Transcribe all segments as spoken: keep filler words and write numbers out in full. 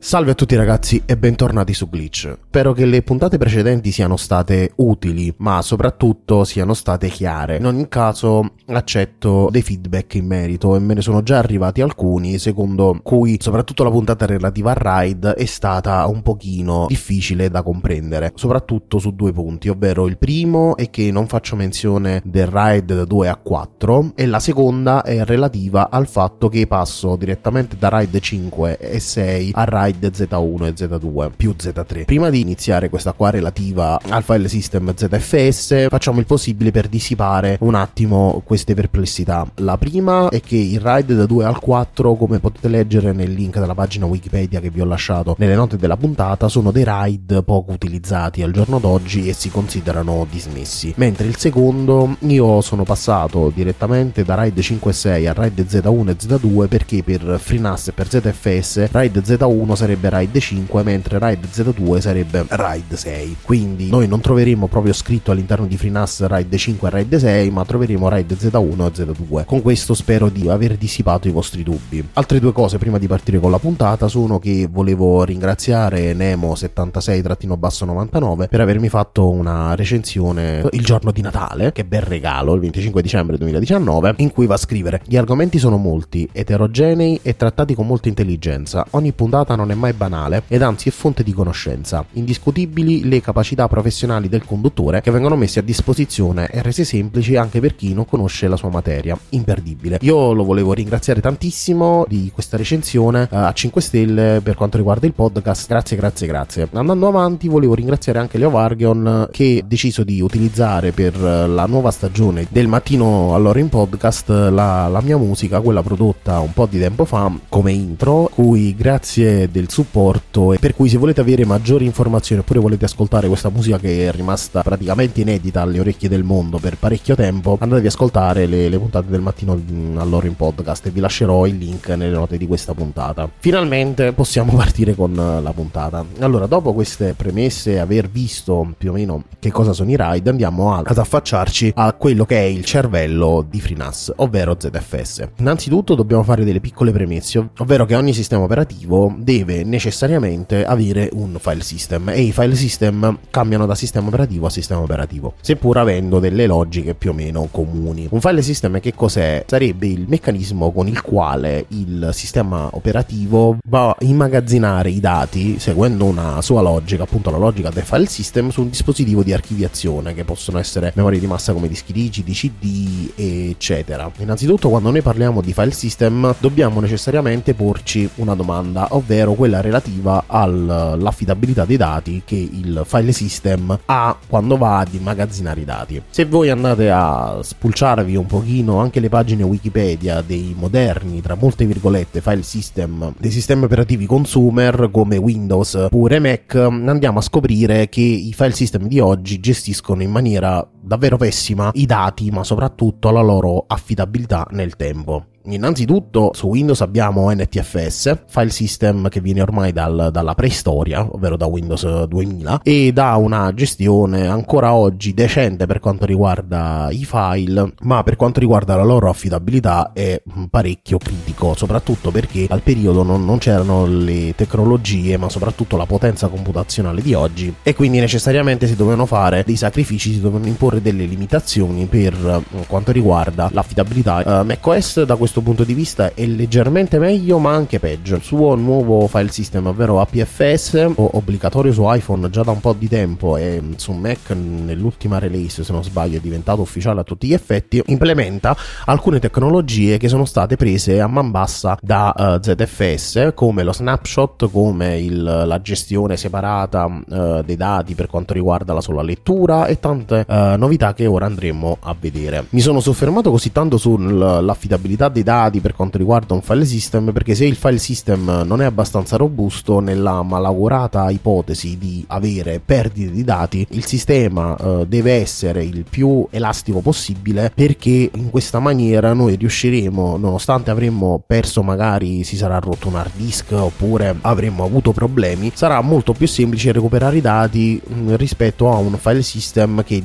Salve a tutti ragazzi e bentornati su Glitch. Spero che le puntate precedenti siano state utili, ma soprattutto siano state chiare. In ogni caso accetto dei feedback in merito e me ne sono già arrivati alcuni, secondo cui soprattutto la puntata relativa a Raid è stata un pochino difficile da comprendere, soprattutto su due punti, ovvero il primo è che non faccio menzione del Raid da due a quattro e la seconda è relativa al fatto che passo direttamente da Raid cinque e sei a Raid Z uno e Z due più Z tre. Prima di iniziare questa qua relativa al file system Z F S facciamo il possibile per dissipare un attimo queste perplessità. La prima è che il raid da due al quattro, come potete leggere nel link della pagina Wikipedia che vi ho lasciato nelle note della puntata, sono dei raid poco utilizzati al giorno d'oggi e si considerano dismessi, mentre il secondo io sono passato direttamente da raid cinque e sei a raid Z uno e Z due perché per FreeNAS e per Z F S raid Z uno sarebbe raid cinque mentre raid Z due sarebbe raid sei, quindi noi non troveremo proprio scritto all'interno di FreeNAS raid cinque e raid sei, ma troveremo raid Z uno e Z due. Con questo spero di aver dissipato i vostri dubbi. Altre due cose prima di partire con la puntata sono che volevo ringraziare Nemo settantasei novantanove per avermi fatto una recensione il giorno di Natale, che bel regalo, il venticinque dicembre duemiladiciannove, in cui va a scrivere: gli argomenti sono molti, eterogenei e trattati con molta intelligenza, ogni puntata non è mai banale ed anzi è fonte di conoscenza, indiscutibili le capacità professionali del conduttore che vengono messe a disposizione e rese semplici anche per chi non conosce la sua materia, imperdibile. Io lo volevo ringraziare tantissimo di questa recensione a cinque stelle per quanto riguarda il podcast, grazie grazie grazie. Andando avanti volevo ringraziare anche Leo Vargion che ha deciso di utilizzare per la nuova stagione del mattino all'ora in podcast la, la mia musica, quella prodotta un po' di tempo fa come intro, cui grazie del supporto, e per cui se volete avere maggiori informazioni oppure volete ascoltare questa musica che è rimasta praticamente inedita alle orecchie del mondo per parecchio tempo, andatevi a ascoltare le, le puntate del mattino all'ora in podcast e vi lascerò il link nelle note di questa puntata. Finalmente possiamo partire con la puntata. Allora, dopo queste premesse, aver visto più o meno che cosa sono i raid, andiamo a, ad affacciarci a quello che è il cervello di FreeNAS, ovvero Z F S. Innanzitutto dobbiamo fare delle piccole premesse, ovvero che ogni sistema operativo deve necessariamente avere un file system e i file system cambiano da sistema operativo a sistema operativo, seppur avendo delle logiche più o meno comuni. Un file system che cos'è? Sarebbe il meccanismo con il quale il sistema operativo va a immagazzinare i dati seguendo una sua logica, appunto la logica del file system, su un dispositivo di archiviazione che possono essere memorie di massa come dischi rigidi, C D, eccetera. Innanzitutto, quando noi parliamo di file system dobbiamo necessariamente porci una domanda, ovvero quella relativa all'affidabilità dei dati che il file system ha quando va ad immagazzinare i dati. Se voi andate a spulciarvi un pochino anche le pagine Wikipedia dei moderni, tra molte virgolette, file system dei sistemi operativi consumer come Windows oppure Mac, andiamo a scoprire che i file system di oggi gestiscono in maniera davvero pessima i dati, ma soprattutto la loro affidabilità nel tempo. Innanzitutto su Windows abbiamo N T F S, file system che viene ormai dal, dalla preistoria, ovvero da Windows duemila, e dà una gestione ancora oggi decente per quanto riguarda i file, ma per quanto riguarda la loro affidabilità è parecchio critico, soprattutto perché al periodo non, non c'erano le tecnologie, ma soprattutto la potenza computazionale di oggi, e quindi necessariamente si dovevano fare dei sacrifici, si dovevano imporre delle limitazioni per quanto riguarda l'affidabilità. Uh, macOS da questo punto di vista è leggermente meglio ma anche peggio. Il suo nuovo file system, ovvero A P F S, obbligatorio su iPhone già da un po' di tempo e su Mac nell'ultima release, se non sbaglio, è diventato ufficiale a tutti gli effetti, implementa alcune tecnologie che sono state prese a man bassa da uh, Z F S, come lo snapshot, come il, la gestione separata uh, dei dati per quanto riguarda la sola lettura e tante uh, novità che ora andremo a vedere. Mi sono soffermato così tanto sull'affidabilità dei dati per quanto riguarda un file system perché se il file system non è abbastanza robusto, nella malaugurata ipotesi di avere perdite di dati, il sistema eh, deve essere il più elastico possibile, perché in questa maniera noi riusciremo, nonostante avremmo perso, magari si sarà rotto un hard disk oppure avremmo avuto problemi, sarà molto più semplice recuperare i dati mh, rispetto a un file system che di base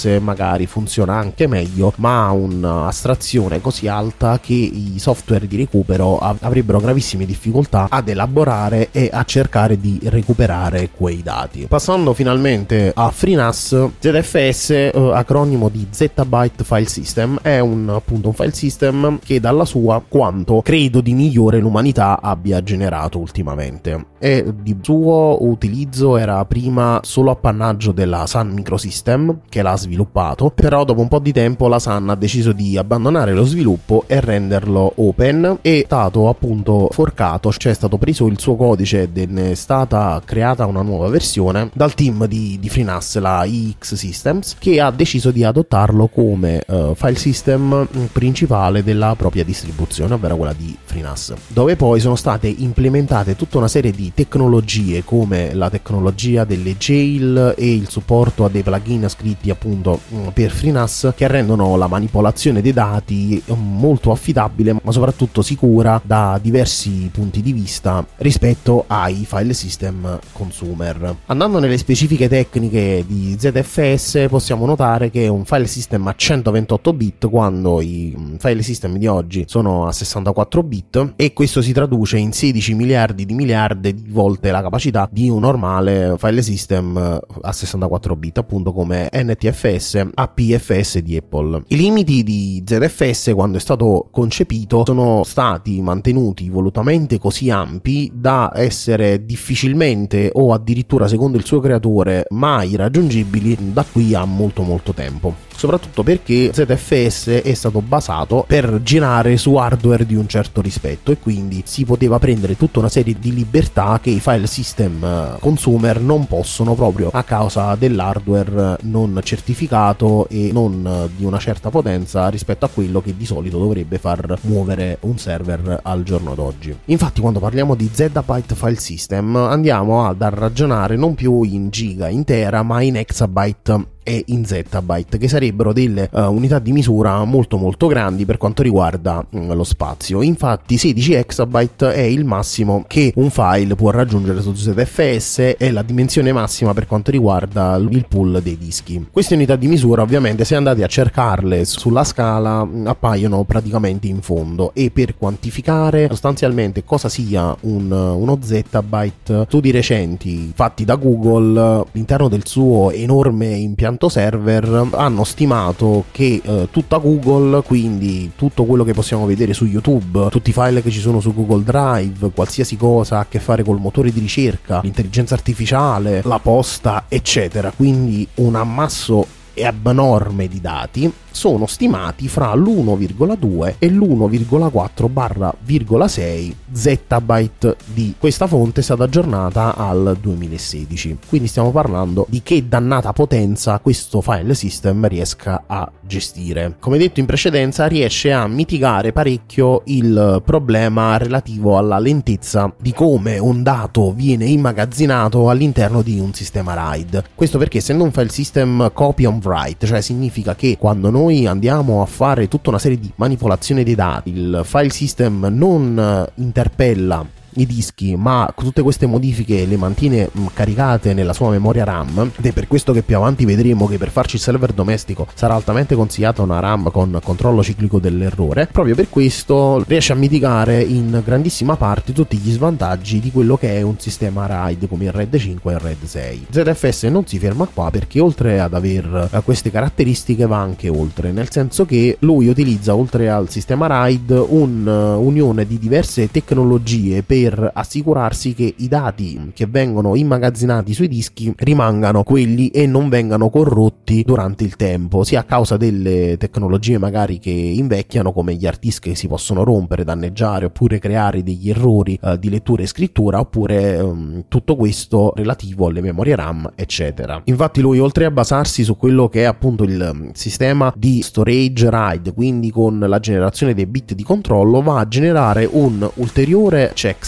base magari funziona anche meglio, ma ha un'astrazione così alta che i software di recupero av- avrebbero gravissime difficoltà ad elaborare e a cercare di recuperare quei dati. Passando finalmente a FreeNAS, Z F S, eh, acronimo di Zettabyte File System, è un appunto un file system che dalla sua quanto credo di migliore l'umanità abbia generato ultimamente. E di suo utilizzo era prima solo appannaggio della Sun Microsystem, che l'ha sviluppato, però dopo un po' di tempo la Sun ha deciso di abbandonare lo sviluppo e renderlo open, e è stato appunto forcato, cioè è stato preso il suo codice ed è stata creata una nuova versione dal team di, di FreeNAS, la I X Systems, che ha deciso di adottarlo come uh, file system principale della propria distribuzione, ovvero quella di FreeNAS, dove poi sono state implementate tutta una serie di tecnologie come la tecnologia delle jail e il supporto a dei plugin scritti appunto per FreeNAS, che rendono la manipolazione dei dati molto affidabile ma soprattutto sicura da diversi punti di vista rispetto ai file system consumer. Andando nelle specifiche tecniche di Z F S, possiamo notare che è un file system a centoventotto bit quando i file system di oggi sono a sessantaquattro bit, e questo si traduce in sedici miliardi di miliardi di volte la capacità di un normale file system a sessantaquattro bit, appunto come N T F S, A P F S di Apple. I limiti di Z F S quando è stato concepito sono stati mantenuti volutamente così ampi da essere difficilmente o addirittura, secondo il suo creatore, mai raggiungibili da qui a molto molto tempo, soprattutto perché Z F S è stato basato per girare su hardware di un certo rispetto, e quindi si poteva prendere tutta una serie di libertà che i file system consumer non possono, proprio a causa dell'hardware non certificato e non di una certa potenza rispetto a quello che di solito dovrebbe far muovere un server al giorno d'oggi. Infatti, quando parliamo di Zettabyte File System andiamo ad ragionare non più in giga, in tera, ma in exabyte e in zettabyte, che sarebbero delle uh, unità di misura molto molto grandi per quanto riguarda mm, lo spazio. Infatti sedici exabyte è il massimo che un file può raggiungere su Z F S, e la dimensione massima per quanto riguarda il pool dei dischi. Queste unità di misura, ovviamente, se andate a cercarle sulla scala, appaiono praticamente in fondo, e per quantificare sostanzialmente cosa sia un, uno zettabyte, studi recenti fatti da Google all'interno del suo enorme impianto server hanno stimato che eh, tutta Google, quindi tutto quello che possiamo vedere su YouTube, tutti i file che ci sono su Google Drive, qualsiasi cosa ha a che fare col motore di ricerca, l'intelligenza artificiale, la posta, eccetera, quindi un ammasso abnorme di dati, sono stimati fra l'uno virgola due e l'uno virgola quattro barra sei zettabyte. Di questa fonte è stata aggiornata al duemilasedici, quindi stiamo parlando di che dannata potenza questo file system riesca a gestire. Come detto in precedenza, riesce a mitigare parecchio il problema relativo alla lentezza di come un dato viene immagazzinato all'interno di un sistema RAID. Questo perché, essendo un file system copy on write, cioè significa che quando noi andiamo a fare tutta una serie di manipolazione dei dati, il file system non interpella i dischi, ma tutte queste modifiche le mantiene mh, caricate nella sua memoria RAM, ed è per questo che più avanti vedremo che per farci il server domestico sarà altamente consigliata una RAM con controllo ciclico dell'errore. Proprio per questo riesce a mitigare in grandissima parte tutti gli svantaggi di quello che è un sistema RAID come il RAID cinque e il RAID sei. Z F S non si ferma qua, perché oltre ad aver uh, queste caratteristiche va anche oltre, nel senso che lui utilizza, oltre al sistema RAID, un'unione uh, di diverse tecnologie per per assicurarsi che i dati che vengono immagazzinati sui dischi rimangano quelli e non vengano corrotti durante il tempo, sia a causa delle tecnologie magari che invecchiano, come gli hard disk che si possono rompere, danneggiare, oppure creare degli errori eh, di lettura e scrittura, oppure um, tutto questo relativo alle memorie RAM, eccetera. Infatti lui, oltre a basarsi su quello che è appunto il sistema di storage RAID, quindi con la generazione dei bit di controllo, va a generare un ulteriore checksum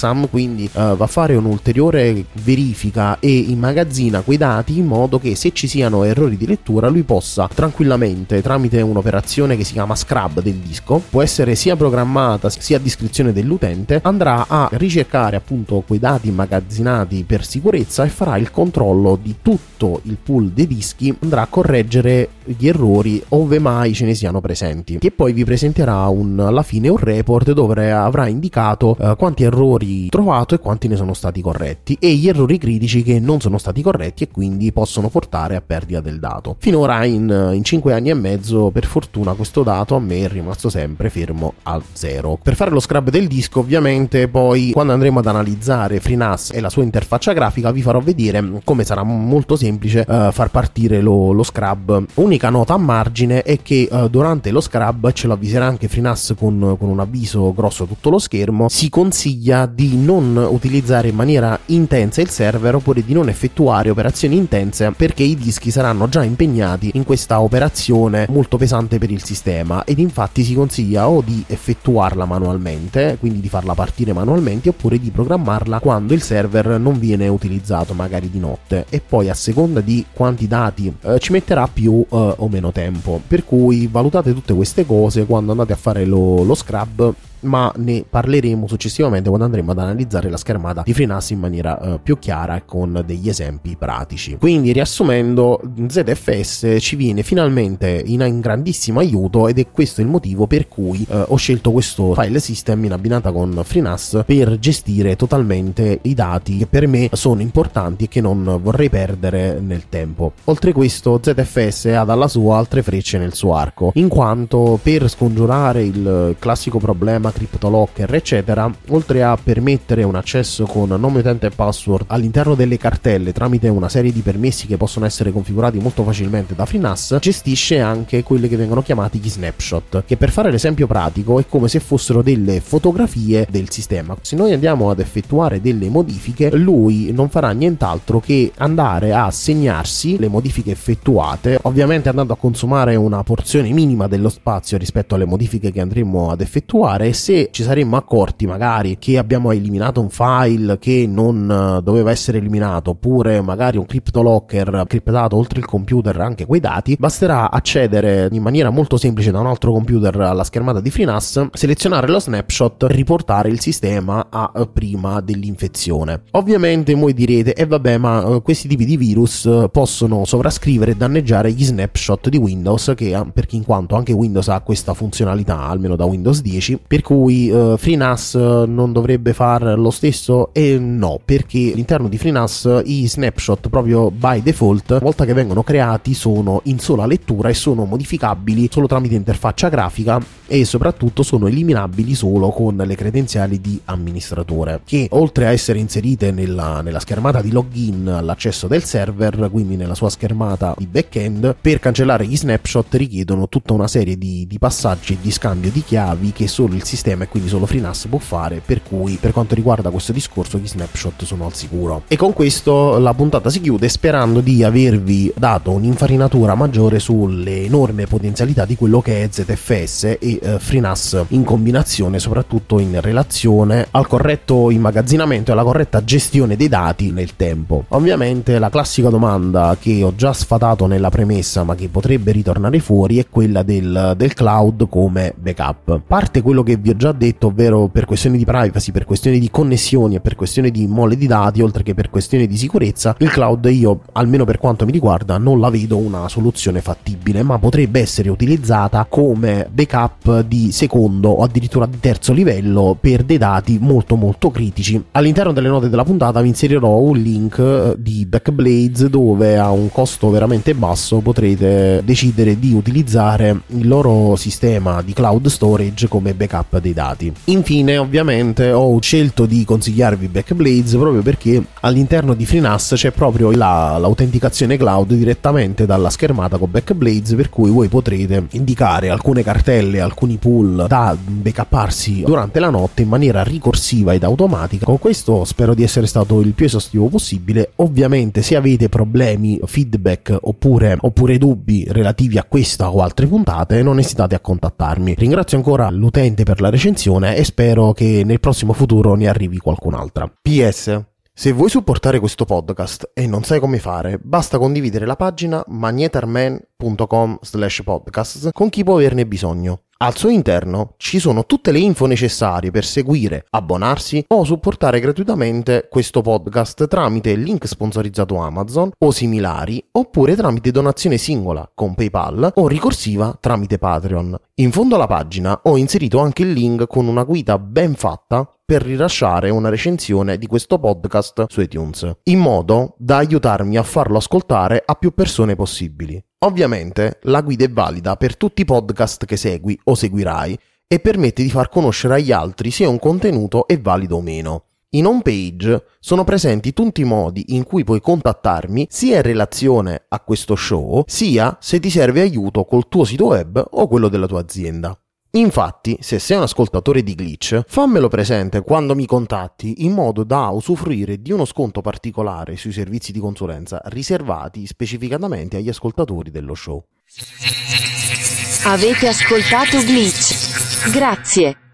SAM quindi uh, va a fare un'ulteriore verifica e immagazzina quei dati in modo che se ci siano errori di lettura lui possa tranquillamente, tramite un'operazione che si chiama scrub del disco, può essere sia programmata sia a discrezione dell'utente, andrà a ricercare appunto quei dati immagazzinati per sicurezza e farà il controllo di tutto il pool dei dischi, andrà a correggere gli errori ove mai ce ne siano presenti, che poi vi presenterà un, alla fine un report dove avrà indicato uh, quanti errori trovato e quanti ne sono stati corretti e gli errori critici che non sono stati corretti e quindi possono portare a perdita del dato. Finora in, in cinque anni e mezzo per fortuna questo dato a me è rimasto sempre fermo a zero. Per fare lo scrub del disco ovviamente poi quando andremo ad analizzare FreeNAS e la sua interfaccia grafica vi farò vedere come sarà molto semplice uh, far partire lo, lo scrub. Unica nota a margine è che uh, durante lo scrub, ce lo avviserà anche FreeNAS con, con un avviso grosso tutto lo schermo, si consiglia di non utilizzare in maniera intensa il server oppure di non effettuare operazioni intense perché i dischi saranno già impegnati in questa operazione molto pesante per il sistema, ed infatti si consiglia o di effettuarla manualmente, quindi di farla partire manualmente, oppure di programmarla quando il server non viene utilizzato, magari di notte, e poi a seconda di quanti dati eh, ci metterà più eh, o meno tempo, per cui valutate tutte queste cose quando andate a fare lo, lo scrub, ma ne parleremo successivamente quando andremo ad analizzare la schermata di FreeNAS in maniera uh, più chiara e con degli esempi pratici. Quindi riassumendo, Z F S ci viene finalmente in, in grandissimo aiuto, ed è questo il motivo per cui uh, ho scelto questo file system in abbinata con FreeNAS per gestire totalmente i dati che per me sono importanti e che non vorrei perdere nel tempo. Oltre questo, Z F S ha dalla sua altre frecce nel suo arco, in quanto per scongiurare il classico problema CryptoLocker eccetera, oltre a permettere un accesso con nome utente e password all'interno delle cartelle tramite una serie di permessi che possono essere configurati molto facilmente da FreeNAS, gestisce anche quelli che vengono chiamati gli snapshot, che per fare l'esempio pratico è come se fossero delle fotografie del sistema. Se noi andiamo ad effettuare delle modifiche, lui non farà nient'altro che andare a segnarsi le modifiche effettuate, ovviamente andando a consumare una porzione minima dello spazio rispetto alle modifiche che andremo ad effettuare. Se ci saremmo accorti magari che abbiamo eliminato un file che non doveva essere eliminato, oppure magari un CryptoLocker criptato oltre il computer anche quei dati, basterà accedere in maniera molto semplice da un altro computer alla schermata di FreeNAS, selezionare lo snapshot, riportare il sistema a prima dell'infezione. Ovviamente voi direte e eh vabbè ma questi tipi di virus possono sovrascrivere e danneggiare gli snapshot di Windows, che perché in quanto anche Windows ha questa funzionalità almeno da Windows dieci, per cui uh, FreeNAS non dovrebbe fare lo stesso? E no, perché all'interno di FreeNAS i snapshot proprio by default, una volta che vengono creati, sono in sola lettura e sono modificabili solo tramite interfaccia grafica, e soprattutto sono eliminabili solo con le credenziali di amministratore, che oltre a essere inserite nella, nella schermata di login all'accesso del server, quindi nella sua schermata di backend, per cancellare gli snapshot richiedono tutta una serie di, di passaggi e di scambio di chiavi che solo il sistema e quindi solo FreeNAS può fare, per cui per quanto riguarda questo discorso gli snapshot sono al sicuro. E con questo la puntata si chiude, sperando di avervi dato un'infarinatura maggiore sulle enormi potenzialità di quello che è Z F S e eh, FreeNAS in combinazione, soprattutto in relazione al corretto immagazzinamento e alla corretta gestione dei dati nel tempo. Ovviamente la classica domanda che ho già sfatato nella premessa ma che potrebbe ritornare fuori è quella del, del cloud come backup. Parte quello che vi ho già detto, ovvero per questioni di privacy, per questioni di connessioni e per questioni di mole di dati, oltre che per questioni di sicurezza, il cloud io, almeno per quanto mi riguarda, non la vedo una soluzione fattibile, ma potrebbe essere utilizzata come backup di secondo o addirittura di terzo livello per dei dati molto molto critici. All'interno delle note della puntata vi inserirò un link di Backblaze dove a un costo veramente basso potrete decidere di utilizzare il loro sistema di cloud storage come backup dei dati. Infine, ovviamente, ho scelto di consigliarvi Backblaze proprio perché all'interno di FreeNAS c'è proprio la, l'autenticazione cloud direttamente dalla schermata con Backblaze, per cui voi potrete indicare alcune cartelle, alcuni pool da backupparsi durante la notte in maniera ricorsiva ed automatica. Con questo spero di essere stato il più esaustivo possibile. Ovviamente, se avete problemi, feedback oppure, oppure dubbi relativi a questa o altre puntate, non esitate a contattarmi. Ringrazio ancora l'utente per la la recensione e spero che nel prossimo futuro ne arrivi qualcun'altra. P S. Se vuoi supportare questo podcast e non sai come fare, basta condividere la pagina magnetarman punto com slash podcast con chi può averne bisogno. Al suo interno ci sono tutte le info necessarie per seguire, abbonarsi o supportare gratuitamente questo podcast tramite il link sponsorizzato Amazon o similari, oppure tramite donazione singola con PayPal o ricorsiva tramite Patreon. In fondo alla pagina ho inserito anche il link con una guida ben fatta per rilasciare una recensione di questo podcast su iTunes, in modo da aiutarmi a farlo ascoltare a più persone possibili. Ovviamente la guida è valida per tutti i podcast che segui o seguirai e permette di far conoscere agli altri se un contenuto è valido o meno. In home page sono presenti tutti i modi in cui puoi contattarmi sia in relazione a questo show, sia se ti serve aiuto col tuo sito web o quello della tua azienda. Infatti, se sei un ascoltatore di Glitch, fammelo presente quando mi contatti in modo da usufruire di uno sconto particolare sui servizi di consulenza riservati specificatamente agli ascoltatori dello show. Avete ascoltato Glitch? Grazie.